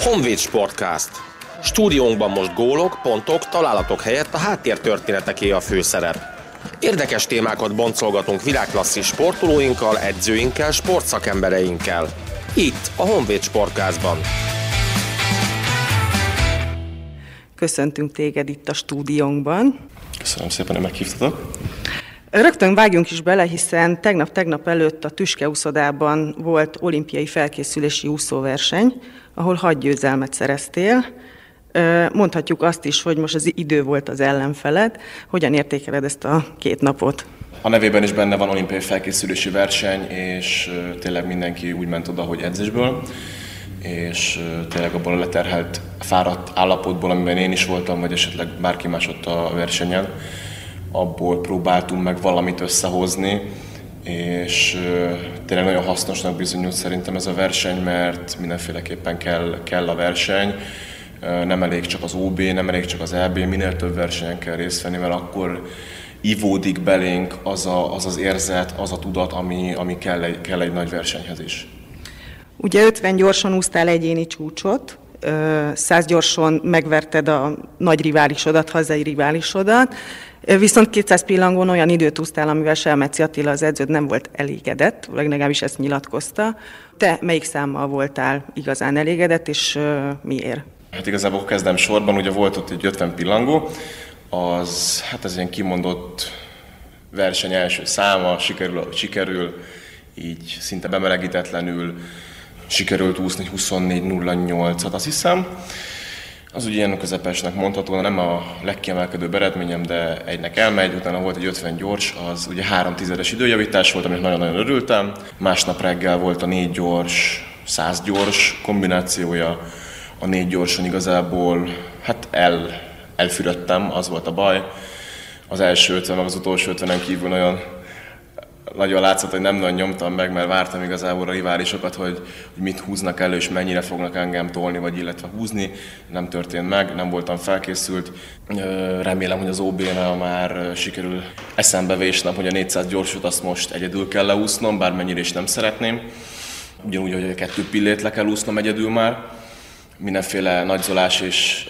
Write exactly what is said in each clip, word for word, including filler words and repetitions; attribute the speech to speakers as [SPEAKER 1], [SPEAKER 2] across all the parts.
[SPEAKER 1] Honvéd Sportcast. Stúdiónkban most gólok, pontok, találatok helyett a háttértörténeteké a főszerep. Érdekes témákat boncolgatunk világklasszis sportolóinkkal, edzőinkkel, sportszakembereinkkel. Itt a Honvéd Sportcastban.
[SPEAKER 2] Köszöntünk téged itt a stúdiónkban.
[SPEAKER 3] Köszönöm szépen, hogy meghívtatok.
[SPEAKER 2] Rögtön vágjunk is bele, hiszen tegnap-tegnap előtt a Tüske úszodában volt olimpiai felkészülési úszóverseny, ahol hat győzelmet szereztél. Mondhatjuk azt is, hogy most az idő volt az ellenfeled. Hogyan értékeled ezt a két napot?
[SPEAKER 3] A nevében is benne van olimpiai felkészülési verseny, és tényleg mindenki úgy ment oda, hogy edzésből, és tényleg abból a leterhelt, fáradt állapotból, amiben én is voltam, vagy esetleg bárki más ott a versenyen, abból próbáltunk meg valamit összehozni, és tényleg nagyon hasznosnak bizonyult szerintem ez a verseny, mert mindenféleképpen kell, kell a verseny. Nem elég csak az o bé, nem elég csak az é bé, minél több versenyen kell részt venni, mert akkor ivódik belénk az a, az, az érzet, az a tudat, ami, ami kell, egy, kell egy nagy versenyhez is.
[SPEAKER 2] Ugye ötven gyorsan úsztál egyéni csúcsot, száz gyorsan megverted a nagy riválisodat, hazai riválisodat, viszont kétszáz pillangón olyan időt úsztál, amivel Selmeci Attila, az edződ nem volt elégedett, legalábbis ezt nyilatkozta. Te melyik számmal voltál igazán elégedett, és miért?
[SPEAKER 3] Hát igazából kezdem sorban, ugye volt ott egy ötven pillangó, az, hát ez ilyen kimondott verseny első száma, sikerül, sikerül így szinte bemelegítetlenül, sikerült úszni huszonnégy nulla nyolcat, azt hiszem. Az ugye ilyen közepesnek mondható, nem a legkiemelkedőbb eredményem, de egynek elmegy, utána volt egy ötven gyors, az ugye három tizedes időjavítás volt, amit nagyon-nagyon örültem. Másnap reggel volt a négy gyors, száz gyors kombinációja, a négy gyorson igazából hát el, elfürödtem, az volt a baj. Az első ötven, meg az utolsó ötvenen kívül nagyon, nagyon látszott, hogy nem nagyon nyomtam meg, mert vártam igazából a riválisokat, hogy, hogy mit húznak elő, és mennyire fognak engem tolni, vagy illetve húzni. Nem történt meg, nem voltam felkészült. Remélem, hogy az o bé-nál már sikerül eszembe vésnem, hogy a négyszáz gyorsot azt most egyedül kell leúsznom, bármennyire is nem szeretném. Ugyanúgy, hogy a kettő pillét le kell úsznom egyedül már, mindenféle nagyzolás és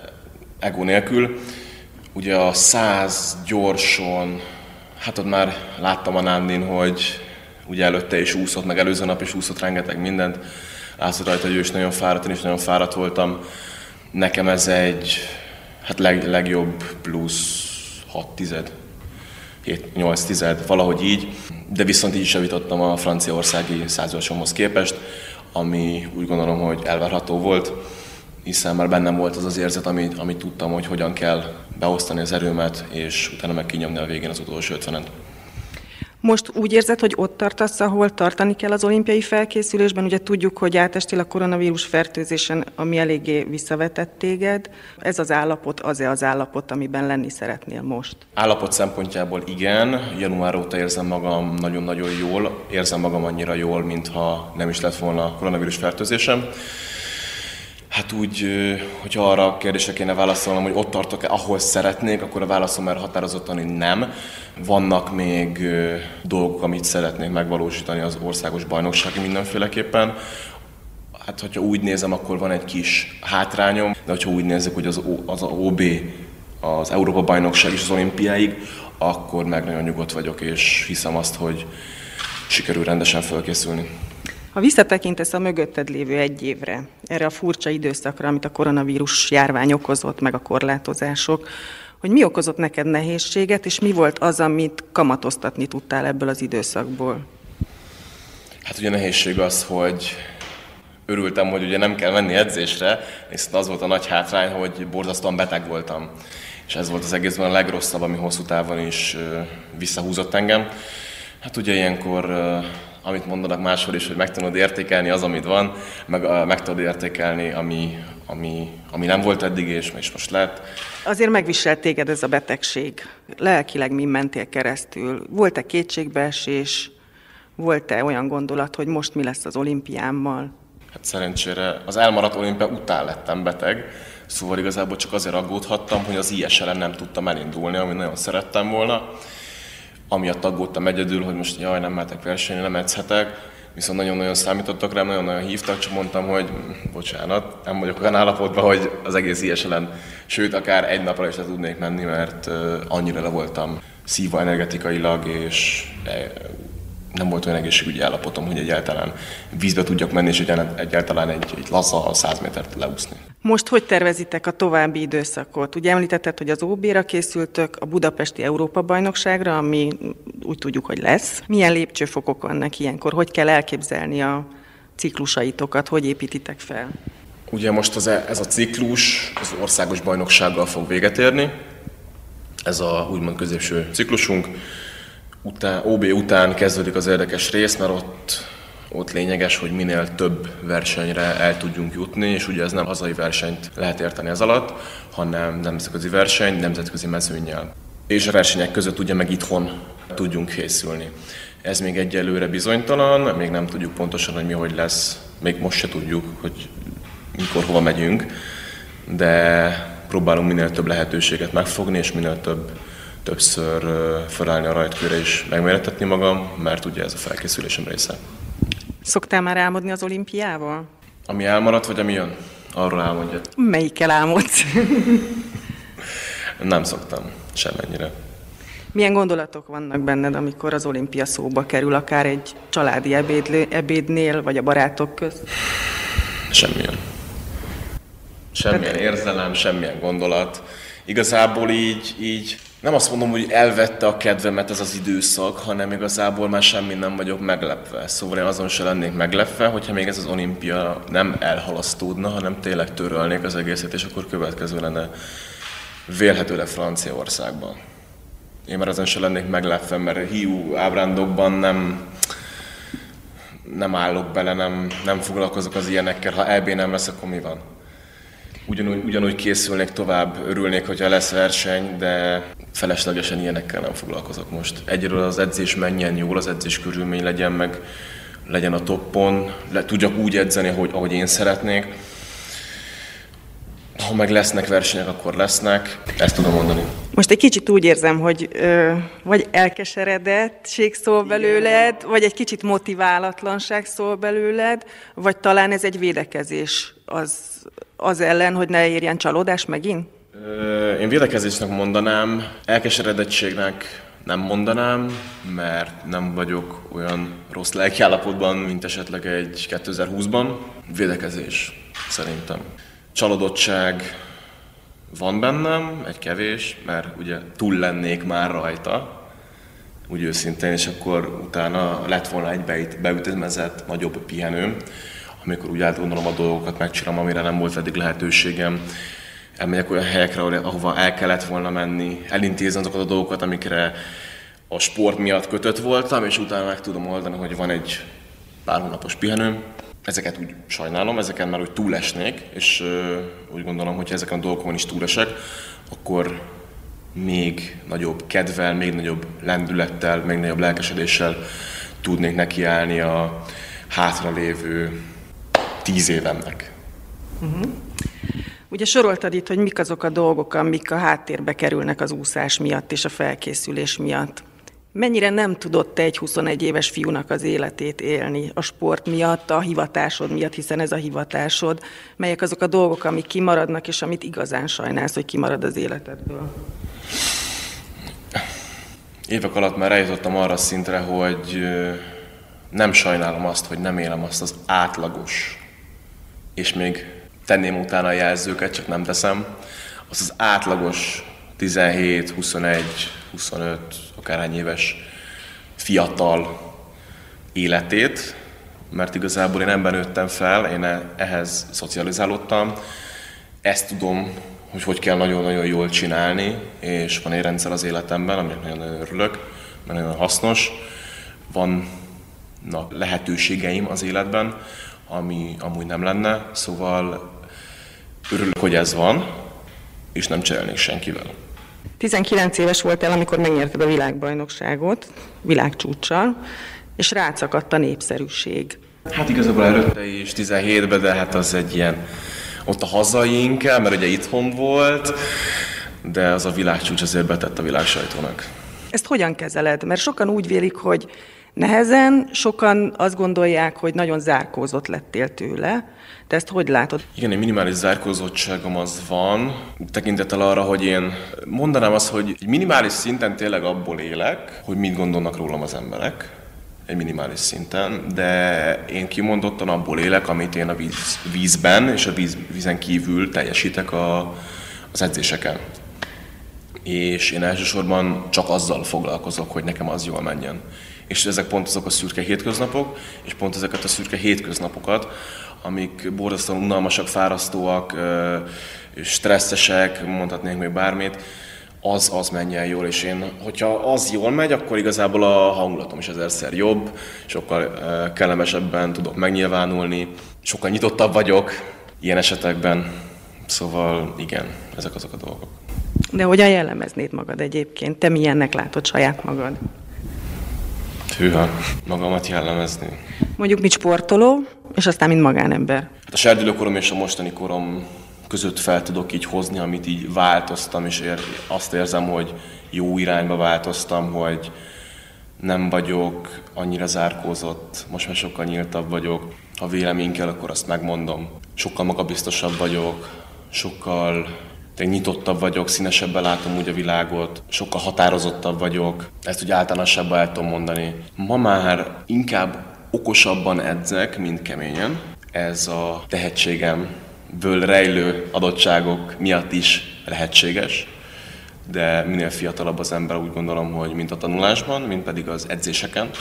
[SPEAKER 3] ego nélkül. Ugye a száz gyorson, hát ott már láttam a Nándin, hogy ugye előtte is úszott, meg előző nap is úszott rengeteg mindent. Látszott rajta, hogy ő is nagyon fáradt, én is nagyon fáradt voltam. Nekem ez egy hát leg, legjobb plusz hat tized, hét nyolc tized, valahogy így. De viszont így is javítottam a franciaországi száz gyorsomhoz képest, ami úgy gondolom, hogy elvárható volt, hiszen már bennem volt az az érzet, amit, amit tudtam, hogy hogyan kell beosztani az erőmet, és utána meg kinyomni a végén az utolsó ötvenet.
[SPEAKER 2] Most úgy érzed, hogy ott tartasz, ahol tartani kell az olimpiai felkészülésben? Ugye tudjuk, hogy átestél a koronavírus fertőzésen, ami eléggé visszavetett téged. Ez az állapot, az-e az állapot, amiben lenni szeretnél most?
[SPEAKER 3] Állapot szempontjából igen. Január óta érzem magam nagyon-nagyon jól. Érzem magam annyira jól, mintha nem is lett volna koronavírus fertőzésem. Hát úgy, hogyha arra a kérdésre kéne válaszolnom, hogy ott tartok-e, ahol szeretnék, akkor a válaszom már határozottan, hogy nem. Vannak még dolgok, amit szeretnék megvalósítani az országos bajnoksági mindenféleképpen. Hát, hogyha úgy nézem, akkor van egy kis hátrányom, de hogyha úgy nézzük, hogy az, az o bé, az Európa bajnokság és az olimpiáig, akkor meg nagyon nyugodt vagyok, és hiszem azt, hogy sikerül rendesen felkészülni.
[SPEAKER 2] Ha visszatekintesz a mögötted lévő egy évre, erre a furcsa időszakra, amit a koronavírus járvány okozott, meg a korlátozások, hogy mi okozott neked nehézséget, és mi volt az, amit kamatoztatni tudtál ebből az időszakból?
[SPEAKER 3] Hát ugye a nehézség az, hogy örültem, hogy ugye nem kell menni edzésre, viszont az volt a nagy hátrány, hogy borzasztóan beteg voltam. És ez volt az egészben a legrosszabb, ami hosszú távon is visszahúzott engem. Hát ugye ilyenkor, amit mondanak máshol is, hogy meg tudod értékelni az, amit van, meg, meg tudod értékelni, ami, ami, ami nem volt eddig, és most lett.
[SPEAKER 2] Azért megviselt téged ez a betegség. Lelkileg min mentél keresztül? Volt-e kétségbeesés? Volt-e olyan gondolat, hogy most mi lesz az olimpiámmal?
[SPEAKER 3] Hát szerencsére az elmaradt olimpia után lettem beteg, szóval igazából csak azért aggódhattam, hogy az i es el-en nem tudtam elindulni, amit nagyon szerettem volna. Amiatt aggódtam egyedül, hogy most jaj, nem mehetek versenyre, nem edzhetek, viszont nagyon-nagyon számítottak rám, nagyon-nagyon hívtak, csak mondtam, hogy bocsánat, nem vagyok olyan állapotban, hogy az egész i es elen, sőt, akár egy napra is le tudnék menni, mert annyira le voltam szívva energetikailag, és nem volt olyan egészségügyi állapotom, hogy egyáltalán vízbe tudjak menni, és egyáltalán egy, egy laza száz métert leúszni.
[SPEAKER 2] Most hogy tervezitek a további időszakot? Ugye említetted, hogy az ó bé-ra készültök, a budapesti Európa-bajnokságra, ami úgy tudjuk, hogy lesz. Milyen lépcsőfokok vannak ilyenkor? Hogy kell elképzelni a ciklusaitokat? Hogy építitek fel?
[SPEAKER 3] Ugye most az, ez a ciklus az országos bajnoksággal fog véget érni. Ez a úgymond középső ciklusunk. Után, ó bé után kezdődik az érdekes rész, mert ott, ott lényeges, hogy minél több versenyre el tudjunk jutni, és ugye ez nem hazai versenyt lehet érteni ez alatt, hanem nemzetközi verseny, nemzetközi mezőnnyel. És a versenyek között ugye meg itthon tudjunk készülni. Ez még egyelőre bizonytalan, még nem tudjuk pontosan, hogy mi hogy lesz, még most se tudjuk, hogy mikor, hova megyünk, de próbálunk minél több lehetőséget megfogni, és minél több többször felállni a rajtkőre és megmérettetni magam, mert ugye ez a felkészülésem része.
[SPEAKER 2] Szoktál már álmodni az olimpiával?
[SPEAKER 3] Ami elmaradt, vagy ami jön? Arról álmodjad.
[SPEAKER 2] Melyikkel álmodsz?
[SPEAKER 3] Nem szoktam, semmennyire.
[SPEAKER 2] Milyen gondolatok vannak benned, amikor az olimpia szóba kerül, akár egy családi ebédlé, ebédnél, vagy a barátok közt?
[SPEAKER 3] Semmilyen. Semmilyen érzelem, semmilyen gondolat. Igazából így, így nem azt mondom, hogy elvette a kedvemet ez az időszak, hanem igazából már semmi nem vagyok meglepve. Szóval én azon se lennék meglepve, hogyha még ez az olimpia nem elhalasztódna, hanem tényleg törölnék az egészet, és akkor következő lenne vélhetőleg Franciaországban. Én már azon se lennék meglepve, mert hiú ábrándokban nem, nem állok bele, nem, nem foglalkozok az ilyenekkel. Ha é bé nem lesz, akkor mi van? Ugyanúgy, ugyanúgy készülnék tovább, örülnék, hogyha lesz verseny, de feleslegesen ilyenekkel nem foglalkozok most. Egyről az edzés menjen jól, az edzés körülmény legyen meg, legyen a toppon, le, tudjak úgy edzeni, ahogy, ahogy én szeretnék. Ha meg lesznek versenyek, akkor lesznek. Ezt tudom mondani.
[SPEAKER 2] Most egy kicsit úgy érzem, hogy ö, vagy elkeseredettség szól belőled, vagy egy kicsit motiválatlanság szól belőled, vagy talán ez egy védekezés az, az ellen, hogy ne érjen csalódás megint?
[SPEAKER 3] Ö, én védekezésnek mondanám, elkeseredettségnek nem mondanám, mert nem vagyok olyan rossz lelkiállapotban, mint esetleg egy kétezer-húszban. Védekezés, szerintem. Csalódottság van bennem, egy kevés, mert ugye túl lennék már rajta, úgy őszintén, és akkor utána lett volna egy beütemezett nagyobb pihenőm, amikor úgy átgondolom a dolgokat, megcsinálom, amire nem volt eddig lehetőségem. Elmegyek olyan helyekre, ahova el kellett volna menni, elintézni azokat a dolgokat, amikre a sport miatt kötött voltam, és utána meg tudom oldani, hogy van egy pár hónapos pihenőm. Ezeket úgy sajnálom, ezeken már úgy túlesnék, és uh, úgy gondolom, hogy ha ezeken a dolgokon is túlesek, akkor még nagyobb kedvel, még nagyobb lendülettel, még nagyobb lelkesedéssel tudnék nekiállni a hátralévő tíz évemnek.
[SPEAKER 2] Uh-huh. Ugye soroltad itt, hogy mik azok a dolgok, amik a háttérbe kerülnek az úszás miatt és a felkészülés miatt. Mennyire nem tudott te egy huszonegy éves fiúnak az életét élni a sport miatt, a hivatásod miatt, hiszen ez a hivatásod? Melyek azok a dolgok, amik kimaradnak, és amit igazán sajnálsz, hogy kimarad az életedből?
[SPEAKER 3] Évek alatt már eljutottam arra szintre, hogy nem sajnálom azt, hogy nem élem azt az átlagos, és még tenném utána a jelzőket, csak nem teszem, azt az átlagos tizenhét, huszonegy, huszonöt, akárhány éves fiatal életét, mert igazából én ebben nőttem fel, én ehhez szocializálódtam, ezt tudom, hogy hogy kell nagyon-nagyon jól csinálni, és van egy rendszer az életemben, aminek nagyon-nagyon örülök, mert nagyon hasznos, vannak lehetőségeim az életben, ami amúgy nem lenne, szóval örülök, hogy ez van, és nem cserélnék senkivel.
[SPEAKER 2] tizenkilenc éves voltál, amikor megnyerted a világbajnokságot, világcsúccsal, és rácakadt a népszerűség.
[SPEAKER 3] Hát igazából előtte is tizenhétben, de hát az egy ilyen, ott a hazai inkább, mert ugye itthon volt, de az a világcsúcs azért betett a világsajtónak.
[SPEAKER 2] Ezt hogyan kezeled? Mert sokan úgy vélik, hogy nehezen. Sokan azt gondolják, hogy nagyon zárkózott lettél tőle. Te ezt hogy látod?
[SPEAKER 3] Igen, egy minimális zárkózottságom az van, tekintettel arra, hogy én mondanám azt, hogy egy minimális szinten tényleg abból élek, hogy mit gondolnak rólam az emberek, egy minimális szinten, de én kimondottan abból élek, amit én a víz, vízben és a víz, vízen kívül teljesítek a, az edzéseken. És én elsősorban csak azzal foglalkozok, hogy nekem az jól menjen. És ezek pont azok a szürke hétköznapok, és pont ezeket a szürke hétköznapokat, amik borzasztóan unalmasak, fárasztóak, stresszesek, mondhatnék még bármit, az, az menjen jól, és én, hogyha az jól megy, akkor igazából a hangulatom is ezerszer jobb, sokkal kellemesebben tudok megnyilvánulni, sokkal nyitottabb vagyok ilyen esetekben, szóval igen, ezek azok a dolgok.
[SPEAKER 2] De hogyan jellemeznéd magad egyébként? Te milyennek látod saját magad?
[SPEAKER 3] Hűha, magamat jellemezni.
[SPEAKER 2] Mondjuk, mint sportoló, és aztán mint magánember.
[SPEAKER 3] Hát a serdülőkorom és a mostani korom között fel tudok így hozni, amit így változtam, és ér, azt érzem, hogy jó irányba változtam, hogy nem vagyok annyira zárkózott, most már sokkal nyíltabb vagyok. Ha vélemény kell, akkor azt megmondom. Sokkal magabiztosabb vagyok, sokkal nyitottabb vagyok, színesebben látom úgy a világot, sokkal határozottabb vagyok. Ezt úgy általánosabban el tudom mondani. Ma már inkább okosabban edzek, mint keményen. Ez a tehetségemből rejlő adottságok miatt is lehetséges. De minél fiatalabb az ember, úgy gondolom, hogy mint a tanulásban, mint pedig az edzéseken,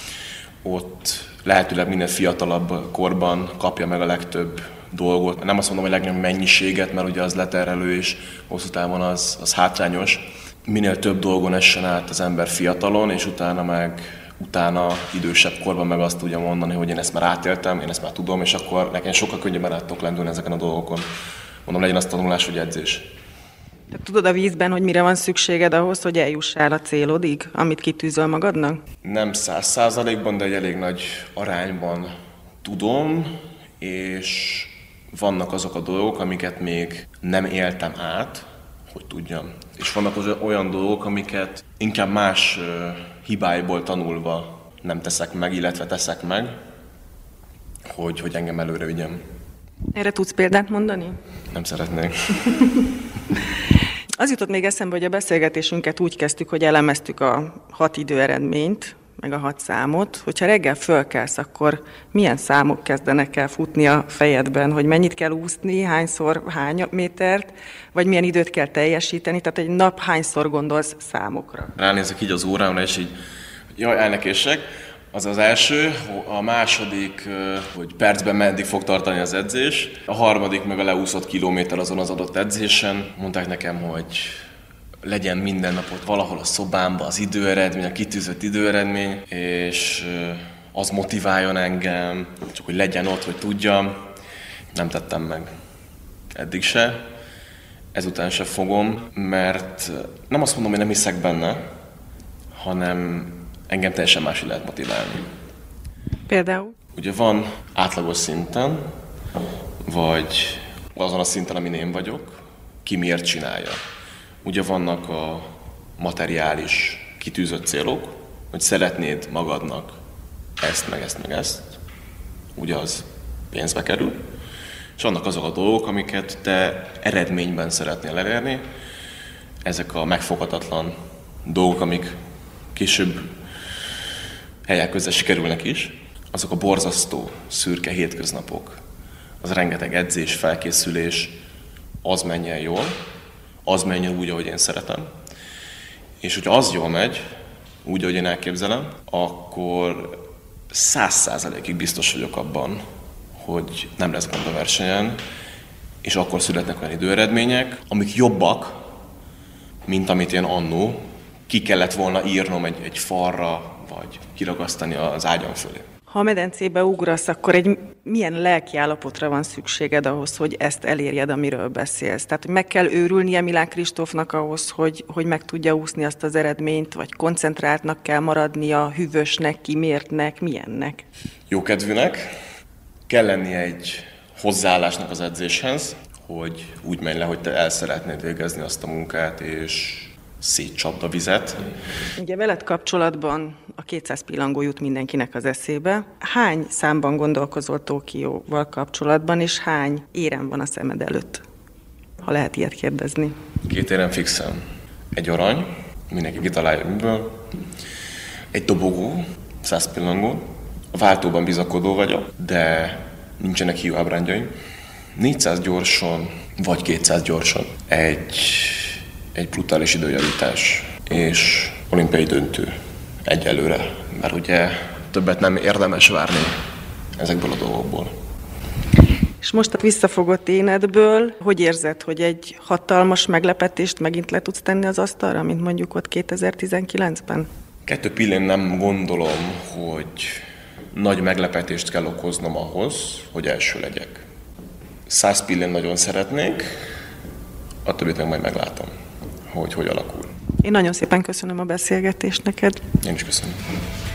[SPEAKER 3] ott lehetőleg minél fiatalabb korban kapja meg a legtöbb dolgot. Nem azt mondom, hogy legnagyobb mennyiséget, mert ugye az leterhelő és hosszú távon az, az hátrányos. Minél több dolgon essen át az ember fiatalon, és utána meg utána idősebb korban meg azt tudja mondani, hogy én ezt már átéltem, én ezt már tudom, és akkor nekem sokkal könnyebben át tudok lendülni ezeken a dolgokon. Mondom, legyen az tanulás, vagy edzés.
[SPEAKER 2] Te tudod a vízben, hogy mire van szükséged ahhoz, hogy eljussál a célodig, amit kitűzöl magadnak?
[SPEAKER 3] Nem száz százalékban, de egy elég nagy arányban tudom, és vannak azok a dolgok, amiket még nem éltem át, hogy tudjam. És vannak az olyan dolgok, amiket inkább más hibáiból tanulva nem teszek meg, illetve teszek meg, hogy, hogy engem előre vigyem.
[SPEAKER 2] Erre tudsz példát mondani?
[SPEAKER 3] Nem szeretnék.
[SPEAKER 2] Az jutott még eszembe, hogy a beszélgetésünket úgy kezdtük, hogy elemeztük a hat időeredményt, meg a hat számot. Hogyha reggel fölkelsz, akkor milyen számok kezdenek el futni a fejedben, hogy mennyit kell úszni, hányszor, hány métert, vagy milyen időt kell teljesíteni, tehát egy nap hányszor gondolsz számokra?
[SPEAKER 3] Ránézek így az órámra, és így, jaj, elnekések. Az az első, a második, hogy percben meddig fog tartani az edzés, a harmadik meg a leúszott kilométer azon az adott edzésen. Mondták nekem, hogy legyen minden napot valahol a szobámban az időeredmény, a kitűzött időeredmény, és az motiváljon engem, csak hogy legyen ott, hogy tudjam. Nem tettem meg. Eddig se. Ezután se fogom, mert nem azt mondom, hogy nem hiszek benne, hanem engem teljesen máshogy lehet motiválni.
[SPEAKER 2] Például?
[SPEAKER 3] Ugye van átlagos szinten, vagy azon a szinten, amin én vagyok, ki miért csinálja. Ugye vannak a materiális kitűzött célok, hogy szeretnéd magadnak ezt, meg ezt, meg ezt, ugye az pénzbe kerül, és vannak azok a dolgok, amiket te eredményben szeretnél elérni, ezek a megfoghatatlan dolgok, amik később helyek között sikerülnek is, azok a borzasztó, szürke hétköznapok, az rengeteg edzés, felkészülés, az menjen jól, az menjen úgy, ahogy én szeretem. És hogyha az jól megy, úgy, ahogy én elképzelem, akkor száz százalékig biztos vagyok abban, hogy nem lesz gond a versenyen, és akkor születnek olyan időeredmények, amik jobbak, mint amit én annó ki kellett volna írnom egy, egy falra, vagy kiragasztani az ágyam fölé.
[SPEAKER 2] Ha a medencébe ugrasz, akkor egy milyen lelkiállapotra van szükséged ahhoz, hogy ezt elérjed, amiről beszélsz? Tehát meg kell őrülnie Milán Kristófnak ahhoz, hogy, hogy meg tudja úszni azt az eredményt, vagy koncentráltnak kell maradnia, hűvösnek, kimértnek, milyennek?
[SPEAKER 3] Jókedvűnek. Kell lennie egy hozzáállásnak az edzéshez, hogy úgy menj le, hogy te el szeretnéd végezni azt a munkát, és szétcsapda vizet.
[SPEAKER 2] Ugye veled kapcsolatban a kétszáz pillangó jut mindenkinek az eszébe. Hány számban gondolkozol Tokióval kapcsolatban, és hány érem van a szemed előtt? Ha lehet ilyet kérdezni.
[SPEAKER 3] Két érem fixen. Egy arany, mindenki kitalálja miből. Egy dobogó, száz pillangó. A váltóban bizakodó vagyok, de nincsenek hiúábrányjaim. négyszáz gyorsan, vagy kétszáz gyorsan. Egy, egy brutális időjavítás, és olimpiai döntő egyelőre. Mert ugye többet nem érdemes várni ezekből a dolgokból.
[SPEAKER 2] És most a visszafogott énedből, hogy érzed, hogy egy hatalmas meglepetést megint le tudsz tenni az asztalra, mint mondjuk ott kétezer-tizenkilencben?
[SPEAKER 3] Kettő pillén nem gondolom, hogy nagy meglepetést kell okoznom ahhoz, hogy első legyek. Száz pillén nagyon szeretnék, a többit meg majd meglátom, hogy hogy alakul.
[SPEAKER 2] Én nagyon szépen köszönöm a beszélgetést neked.
[SPEAKER 3] Én is köszönöm.